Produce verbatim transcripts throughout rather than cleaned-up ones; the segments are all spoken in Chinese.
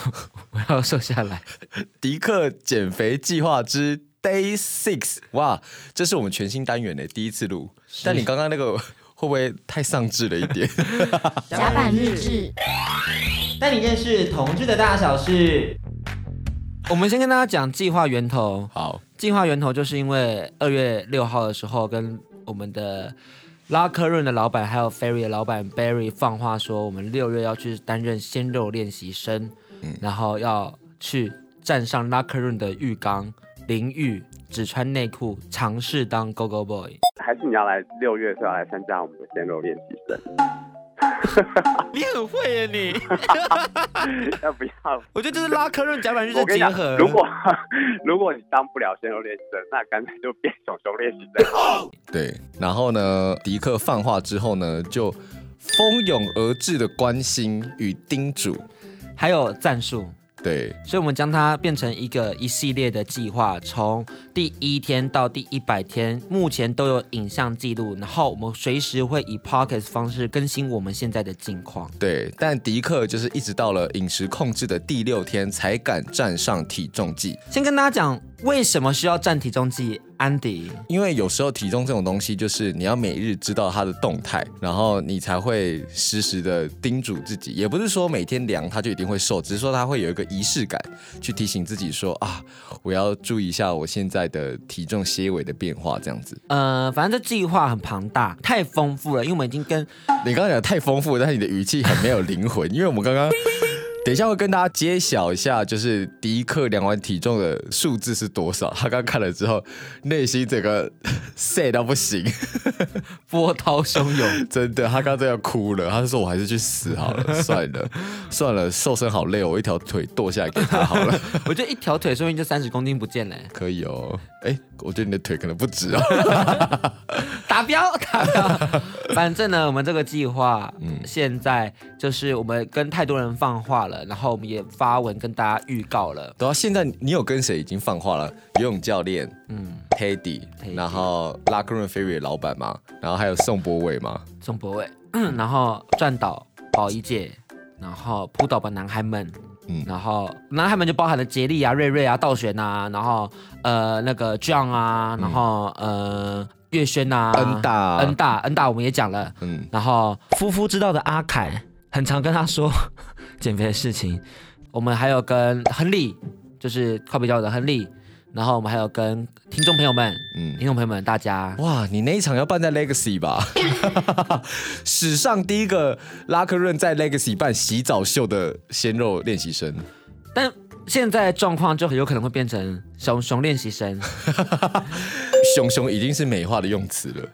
我要瘦下来。 迪克减肥计划之 Day Six， 哇，这是我们全新单元的第一次录，但你刚刚那个会不会太丧志了一点？ 甲板日志， 带你认识同志的大小事。 我们先跟大家讲计划源头。 好， 计划源头就是因为二月六号的时候，跟我们的拉科润的老板还有 Ferry 的老板 Barry 放话说，我们六月要去担任鲜肉练习生，嗯、然后要去站上拉科润的浴缸淋浴，只穿内裤，尝试当 Go Go Boy。 还是你要来六月的时候来参加我们的鲜肉练习生？ 你很会耶你！ 要不要？ 我觉得这是拉科润甲板日的结合。 如果如果你当不了鲜肉练习生，那干脆就变熊熊练习生。 对，然后呢，迪克放话之后呢，就蜂拥而至的关心与叮嘱， 还有战术。 对， 所以我们将它变成一个一系列的计划，从第一天到第一百天，目前都有影像记录，然后我们随时会以 podcast 方式更新我们现在的近况。 对，但迪克就是一直到了饮食控制的第六天才敢站上体重计。 先跟大家讲为什么需要站体重计。安迪， 因为有时候体重这种东西，就是你要每日知道它的动态，然后你才会时时的叮嘱自己。也不是说每天量它就一定会瘦，只是说它会有一个仪式感，去提醒自己说啊，我要注意一下我现在的体重些微的变化，这样子。 呃，反正这计划很庞大，太丰富了，因为我们已经跟你刚刚讲太丰富了，但是你的语气很没有灵魂，因为我们刚刚。等一下会跟大家揭晓一下，就是迪克量完体重的数字是多少。他刚看了之后，内心整个 sad 到不行， 波涛汹涌。 真的，他刚刚真的要哭了。他说：“我还是去死好了，算了，算了，瘦身好累哦，我一条腿剁下来给他好了。” 我觉得一条腿说不定就三十公斤不见了。 可以哦，哎，我觉得你的腿可能不止哦。 达标，达标。反正呢，我们这个计划，嗯，现在就是我们跟太多人放话了。然后我们也发文跟大家预告了。 对啊，现在你有跟谁已经放话了？游泳教练，嗯 ，Teddy， 然后拉克润 Ferry 的老板嘛，然后还有宋博伟嘛， 宋博伟，然后转岛、宝仪姐，然后扑倒吧男孩们，嗯，然后男孩们就包含了杰利啊、瑞瑞啊、道玄啊，然后呃那个 John 啊，然后、嗯、呃岳轩啊， 恩大、 恩大、恩大我们也讲了，嗯，然后夫妇知道的阿凯，很常跟他说。减肥的事情，我们还有跟亨利，就是靠北教的亨利，然后我们还有跟听众朋友们，嗯，听众朋友们，大家， 哇，你那一场要办在 Legacy 吧？史上第一个拉克润在 Legacy 办洗澡秀的鲜肉练习生， 但现在状况就很有可能会变成熊熊练习生， 熊熊已经是美化的用词了。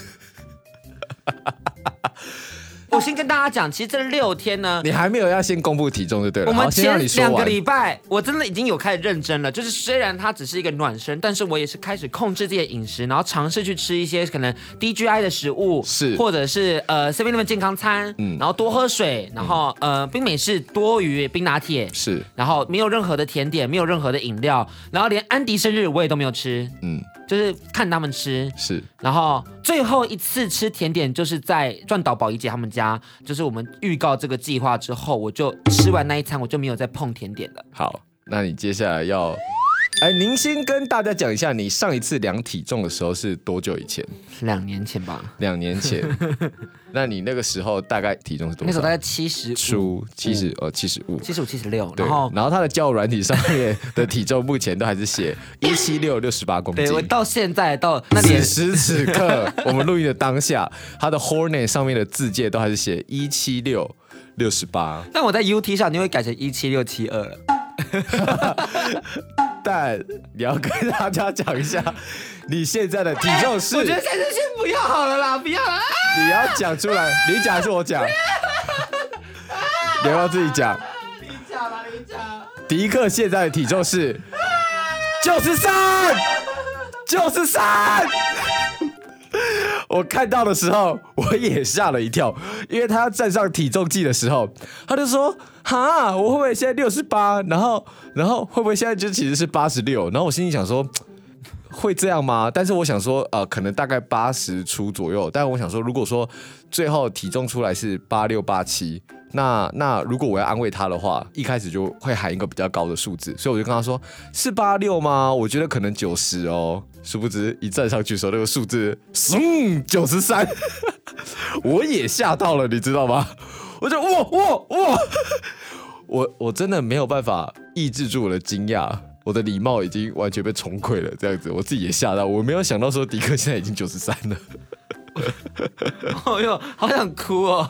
我先跟大家讲，其实这六天呢， 你还没有要先公布体重就对了。 我们前两个礼拜，我真的已经有开始认真了。就是虽然它只是一个暖身，但是我也是开始控制自己的饮食，然后尝试去吃一些可能低 G I 的食物， 是或者是呃 seven eleven 健康餐，嗯，然后多喝水，然后、嗯、呃冰美式多于冰拿铁， 是， 然后没有任何的甜点，没有任何的饮料，然后连安迪生日我也都没有吃，嗯。就是看他们吃， 是， 然后最后一次吃甜点就是在转岛宝仪姐他们家，就是我们预告这个计划之后，我就吃完那一餐，我就没有再碰甜点了。 好，那你接下来要，哎，您先跟大家讲一下，你上一次量体重的时候是多久以前？ 两年前吧。 两年前，那你那个时候大概体重是多少？ 那时候大概七十出七十呃七十五， 七十五七十六， 然后然后他的交友软体上面的体重目前都还是写一七六六十八公斤。 对，我到现在到那此时此刻我们录音的当下，他的 Hornet 上面的字界都还是写一七六六十八。 但我在 U T 上你会改成一七六七二了。 但你要跟大家讲一下，你现在的体重是？ 我觉得现在先不要好了啦，不要了。 你要讲出来，你讲还是我讲？你要不要自己讲？ 你讲啦，你讲。 迪克现在的体重是九十三，九十三。我看到的时候，我也吓了一跳，因为他要站上体重计的时候，他就说：“哈，我会不会现在六十八？然后，然后会不会现在就其实是八十六？”然后我心里想说，会这样吗？但是我想说，呃，可能大概八十出左右。但我想说，如果说最后体重出来是八六八七， 那那如果我要安慰他的话，一开始就会喊一个比较高的数字，所以我就跟他说是八六吗？我觉得可能九十哦。殊不知一站上去的时候，那个数字嗯九十三，我也吓到了，你知道吗？我就哇哇哇，我我真的没有办法抑制住我的惊讶。我的礼貌已经完全被冲溃了，这样子我自己也吓到，我没有想到说迪克现在已经九十三了。 哦哟，好想哭哦！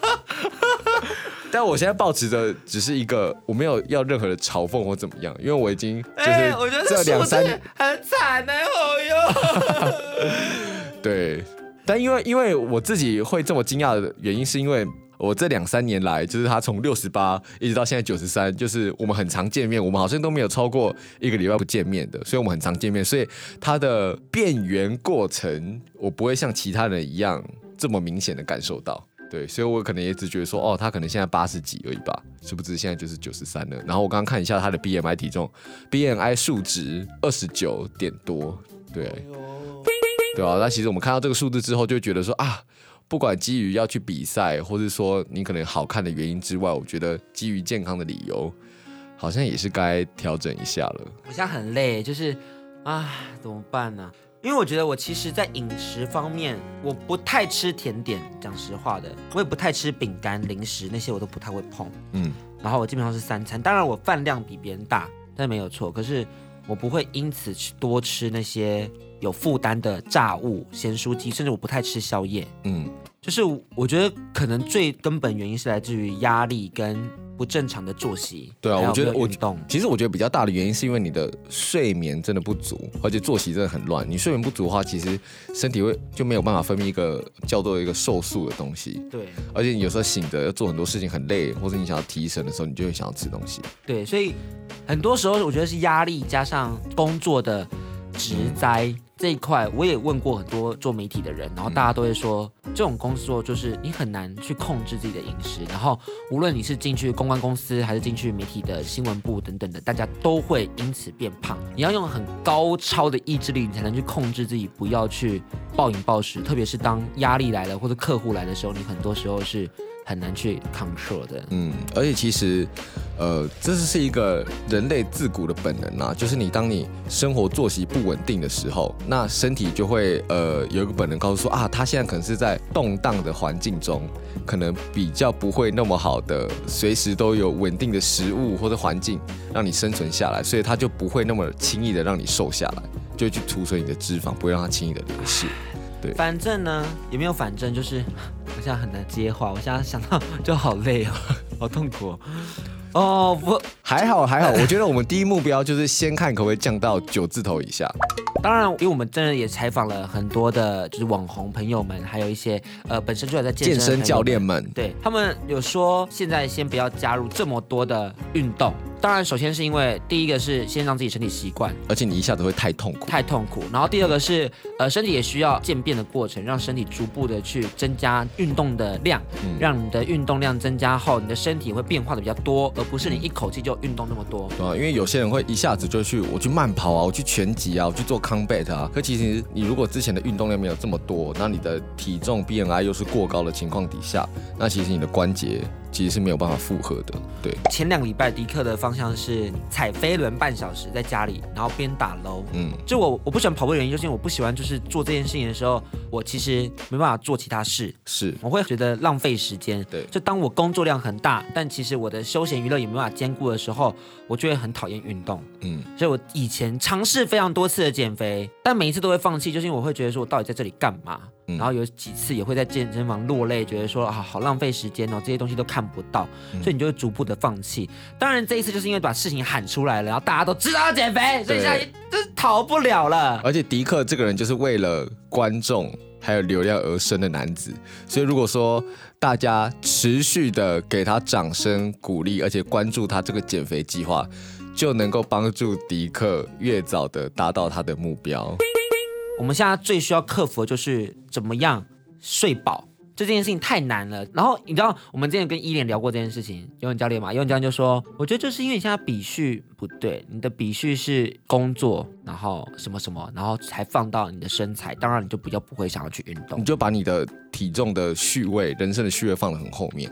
但我现在抱持着只是一个，我没有要任何的嘲讽或怎么样，因为我已经就是欸、我觉得这两三年很惨呢、欸，哦哟。 对，但因为因为我自己会这么惊讶的原因，是因为我这两三年来，就是他从六十八一直到现在九十三，就是我们很常见面，我们好像都没有超过一个礼拜不见面的，所以我们很常见面，所以他的变圆过程，我不会像其他人一样这么明显的感受到。对，所以我可能也只觉得说，哦，他可能现在八十几而已吧，殊不知现在就是九十三了。然后我刚刚看一下他的 B M I 体重 ，B M I 数值二十九点多，对，对啊。那其实我们看到这个数字之后，就会觉得说啊，不管基于要去比赛，或是说你可能好看的原因之外，我觉得基于健康的理由，好像也是该调整一下了。 我现在很累，就是啊，怎么办呢、啊？因为我觉得我其实，在饮食方面，我不太吃甜点，讲实话的，我也不太吃饼干、零食那些，我都不太会碰。嗯，然后我基本上是三餐，当然我饭量比别人大，但没有错。可是我不会因此去多吃那些有负担的炸物、咸酥鸡，甚至我不太吃宵夜。嗯，就是我觉得可能最根本原因是来自于压力跟不正常的作息。 对啊，我觉得我动， 其实我觉得比较大的原因是因为你的睡眠真的不足，而且作息真的很乱。你睡眠不足的话，其实身体会就没有办法分泌一个叫做一个瘦素的东西。 对， 而且你有时候醒着要做很多事情很累，或者你想要提神的时候，你就会想要吃东西。 对，所以很多时候我觉得是压力加上工作的职灾。这一块我也问过很多做媒体的人，然后大家都会说，这种工作就是你很难去控制自己的饮食，然后无论你是进去公关公司还是进去媒体的新闻部等等的，大家都会因此变胖。你要用很高超的意志力，你才能去控制自己不要去暴饮暴食，特别是当压力来了或者客户来的时候，你很多时候是很难去 control 的。嗯， 而且其实，呃，这是一个人类自古的本能啊，就是你当你生活作息不稳定的时候，那身体就会呃有一个本能告诉说啊，他现在可能是在动荡的环境中，可能比较不会那么好的，随时都有稳定的食物或者环境让你生存下来，所以他就不会那么轻易的让你瘦下来，就会去储存你的脂肪，不会让它轻易的流失。对， 反正呢也没有反正，就是我现在很难接话，我现在想到就好累哦，好痛苦哦。哦不， 还好还好，我觉得我们第一目标就是先看可不可以降到九字头以下。 当然，因为我们真的也采访了很多的，就是网红朋友们，还有一些呃本身就有在健身健身教练们， 对他们有说，现在先不要加入这么多的运动。当然，首先是因为第一个是先让自己身体习惯， 而且你一下子会太痛苦， 太痛苦。然后第二个是呃身体也需要渐变的过程，让身体逐步的去增加运动的量，嗯、让你的运动量增加后，你的身体会变化的比较多，而不是你一口气就运动那么多。 对啊，因为有些人会一下子就去我去慢跑啊，我去拳击啊，我去做combat啊。可其实你如果之前的运动量没有这么多，那你的体重 B M I 又是过高的情况底下，那其实你的关节其实是没有办法负荷的。对， 前两个礼拜迪克的方向是踩飞轮半小时在家里，然后边打楼。嗯，就我我不喜欢跑步的原因，就是因为我不喜欢就是做这件事情的时候，我其实没办法做其他事， 是我会觉得浪费时间。 对， 就当我工作量很大，但其实我的休闲娱乐也没办法兼顾的时候，我就会很讨厌运动。嗯，所以我以前尝试非常多次的减肥，但每一次都会放弃，就是因为我会觉得说我到底在这里干嘛？嗯、然后有几次也会在健身房落泪，觉得说啊好浪费时间哦，这些东西都看不到，嗯、所以你就会逐步的放弃。当然这一次就是因为把事情喊出来了，然后大家都知道要减肥，所以现在就是逃不了了。 而且迪克这个人就是为了观众还有流量而生的男子，所以如果说大家持续的给他掌声鼓励，而且关注他这个减肥计划，就能够帮助迪克越早的达到他的目标。 我们现在最需要克服的就是怎么样睡饱，这件事情太难了。然后你知道我们之前跟依莲聊过这件事情，游泳教练嘛，游泳教练就说，我觉得就是因为你现在比序不对，你的比序是工作，然后什么什么，然后才放到你的身材，当然你就比较不会想要去运动， 你就把你的体重的序位、人生的序位放得很后面。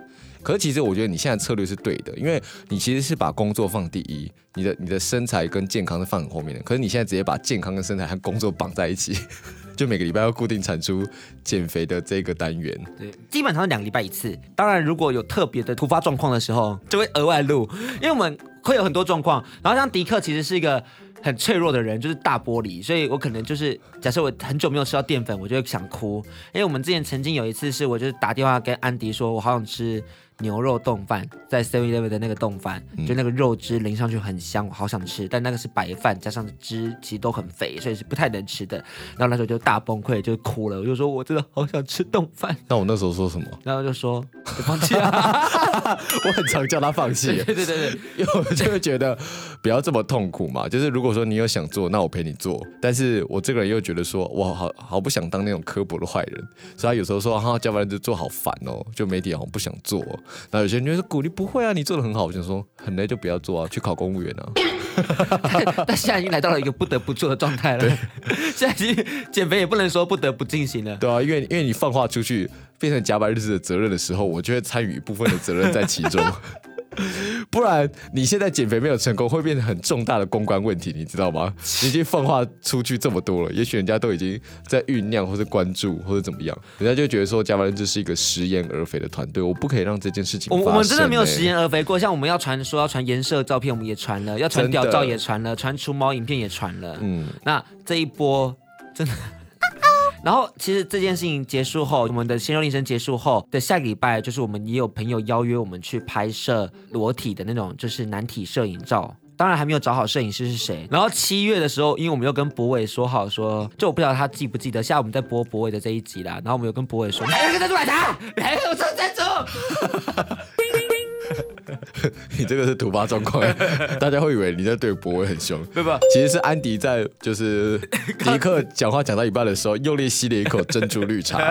可是其实我觉得你现在策略是对的，因为你其实是把工作放第一，你的你的身材跟健康是放很后面的。可是你现在直接把健康跟身材和工作绑在一起，就每个礼拜要固定产出减肥的这个单元。 对，基本上两个礼拜一次。当然，如果有特别的突发状况的时候，就会额外录，因为我们会有很多状况。然后像迪克其实是一个很脆弱的人，就是大玻璃，所以我可能就是假设我很久没有吃到淀粉，我就会想哭。因为我们之前曾经有一次是我就是打电话跟安迪说，我好想吃牛肉冻饭，在 seven eleven 的那个冻饭，就那个肉汁淋上去很香，我好想吃，但那个是白饭加上汁，其实都很肥，所以是不太能吃的。然后那时候就大崩溃，就哭了，我就说我真的好想吃冻饭。 那我那时候说什么？ 然后就说就放弃了。 我很常叫他放弃， 对对对对， 因为我就会觉得不要这么痛苦嘛。就是如果说你有想做，那我陪你做。但是我这个人又觉得说，我好好不想当那种刻薄的坏人，所以他有时候说哈，加班就做好烦哦，就媒体好像不想做。然后有些人就说鼓励不会啊，你做的很好。我想说很累就不要做啊，去考公务员啊。 但, 但现在已经来到了一个不得不做的状态了。现在已经减肥也不能说不得不进行了。 对啊，因为因为你放话出去变成甲板日志的责任的时候，我就会参与一部分的责任在其中。不然你现在减肥没有成功，会变成很重大的公关问题，你知道吗？你已经放话出去这么多了，也许人家都已经在酝酿，或者关注，或者怎么样，人家就觉得说甲板日志是一个食言而肥的团队，我不可以让这件事情发生、欸。 我们真的没有食言而肥过，像我们要传说要传颜色照片，我们也传了；要传屌照也传了，传除毛影片也传了。嗯，那这一波真的。然后其实这件事情结束后，我们的鲜肉练生结束后的下个礼拜，就是我们也有朋友邀约我们去拍摄裸体的那种，就是男体摄影照。当然还没有找好摄影师是谁。然后七月的时候，因为我们又跟博伟说好说，就我不知道他记不记得，现在我们在播博伟的这一集啦。然后我们有跟博伟说，还有一个珍珠奶茶，还有珍珠。 你这个是突发状况，大家会以为你在对博伟很凶， 对吧？ 其实是安迪在就是迪克讲话讲到一半的时候，用力吸了一口珍珠绿茶，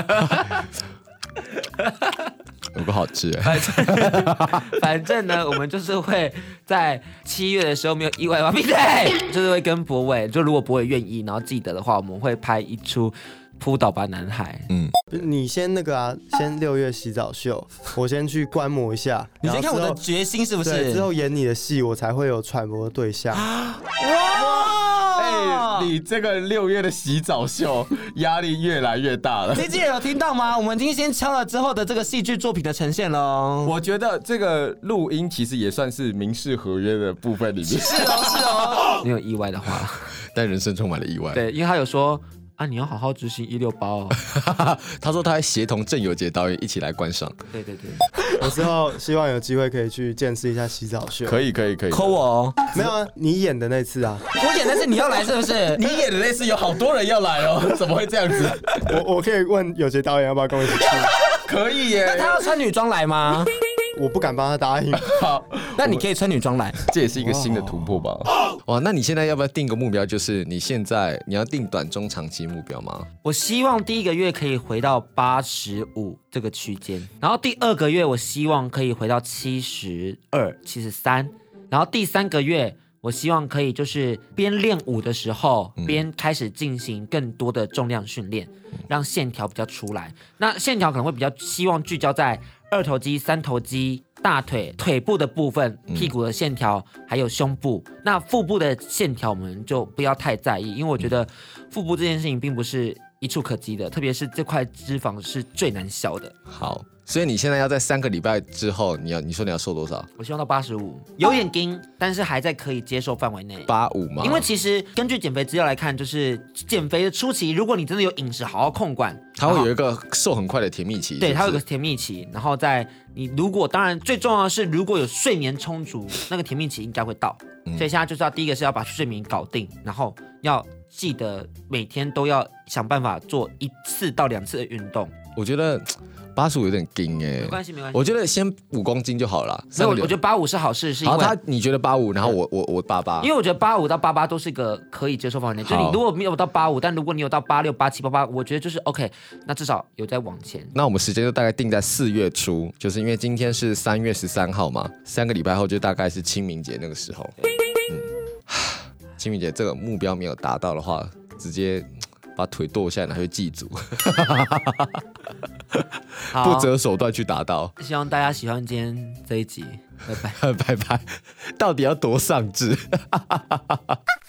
有个好吃哎。 反正呢，我们就是会在七月的时候没有意外的话，闭嘴，就是会跟博伟，就如果博伟愿意，然后记得的话，我们会拍一出。扑倒吧男孩， 嗯，你先那个啊，先六月洗澡秀，我先去观摩一下。 你先看我的决心是不是？ 对，之后演你的戏，我才会有揣摩的对象。 哇！哎、欸，你这个六月的洗澡秀压力越来越大了。 C G 有听到吗？我们已经先敲了之后的这个戏剧作品的呈现喽。 我觉得这个录音其实也算是民事合约的部分里面。 是哦，是哦。没有意外的话， 但人生充满了意外。 对，因为他有说。啊！你要好好执行一六八哦。 他说他还协同郑有杰导演一起来观赏。 对对对， 我之后希望有机会可以去见识一下洗澡秀。 可以可以可以。 扣我哦。 没有啊，你演的那次啊。 我演的是你要来是不是？ 你演的那次有好多人要来哦，怎么会这样子？ 我我可以问有杰导演要不要跟我一起去？ 可以耶。 那他要穿女装来吗？ 我不敢帮他答应。 好，那你可以穿女装来， 这也是一个新的突破吧。哇，那你现在要不要定个目标？就是你现在你要定短中长期目标吗？ 我希望第一个月可以回到八十五这个区间，然后第二个月我希望可以回到七十二、七十三，然后第三个月我希望可以就是边练舞的时候，边开始进行更多的重量训练，让线条比较出来。那线条可能会比较希望聚焦在二头肌、三头肌、大腿、腿部的部分、屁股的线条，还有胸部。那腹部的线条我们就不要太在意，因为我觉得腹部这件事情并不是一触可及的，特别是这块脂肪是最难消的。 好。所以你现在要在三个礼拜之后，你要你说你要瘦多少？ 我希望到八十五，有点紧，但是还在可以接受范围内。 八五吗？ 因为其实根据减肥资料来看，就是减肥的初期，如果你真的有饮食好好控管， 它会有一个瘦很快的甜蜜期。 对，它有个甜蜜期，然后在你如果当然最重要的是，如果有睡眠充足，那个甜蜜期应该会到。嗯、所以现在就是要第一个是要把睡眠搞定，然后要记得每天都要想办法做一次到两次的运动。 我觉得。八十五有点紧哎， 没关系没关系， 我觉得先五公斤就好了。 所以我觉得八五是好事，是因为他你觉得八五，然后我我我八八， 因为我觉得八五到八八都是一个可以接受范围内。就你如果没有到八五，但如果你有到八六、八七、八八，我觉得就是 OK， 那至少有在往前。 那我们时间就大概定在四月初，就是因为今天是三月十三号嘛，三个礼拜后就大概是清明节那个时候。嗯，清明节这个目标没有达到的话，直接把腿剁下来拿去祭祖。 好不择手段去达到。 希望大家喜欢今天这一集，拜拜。 拜拜，到底要多上智？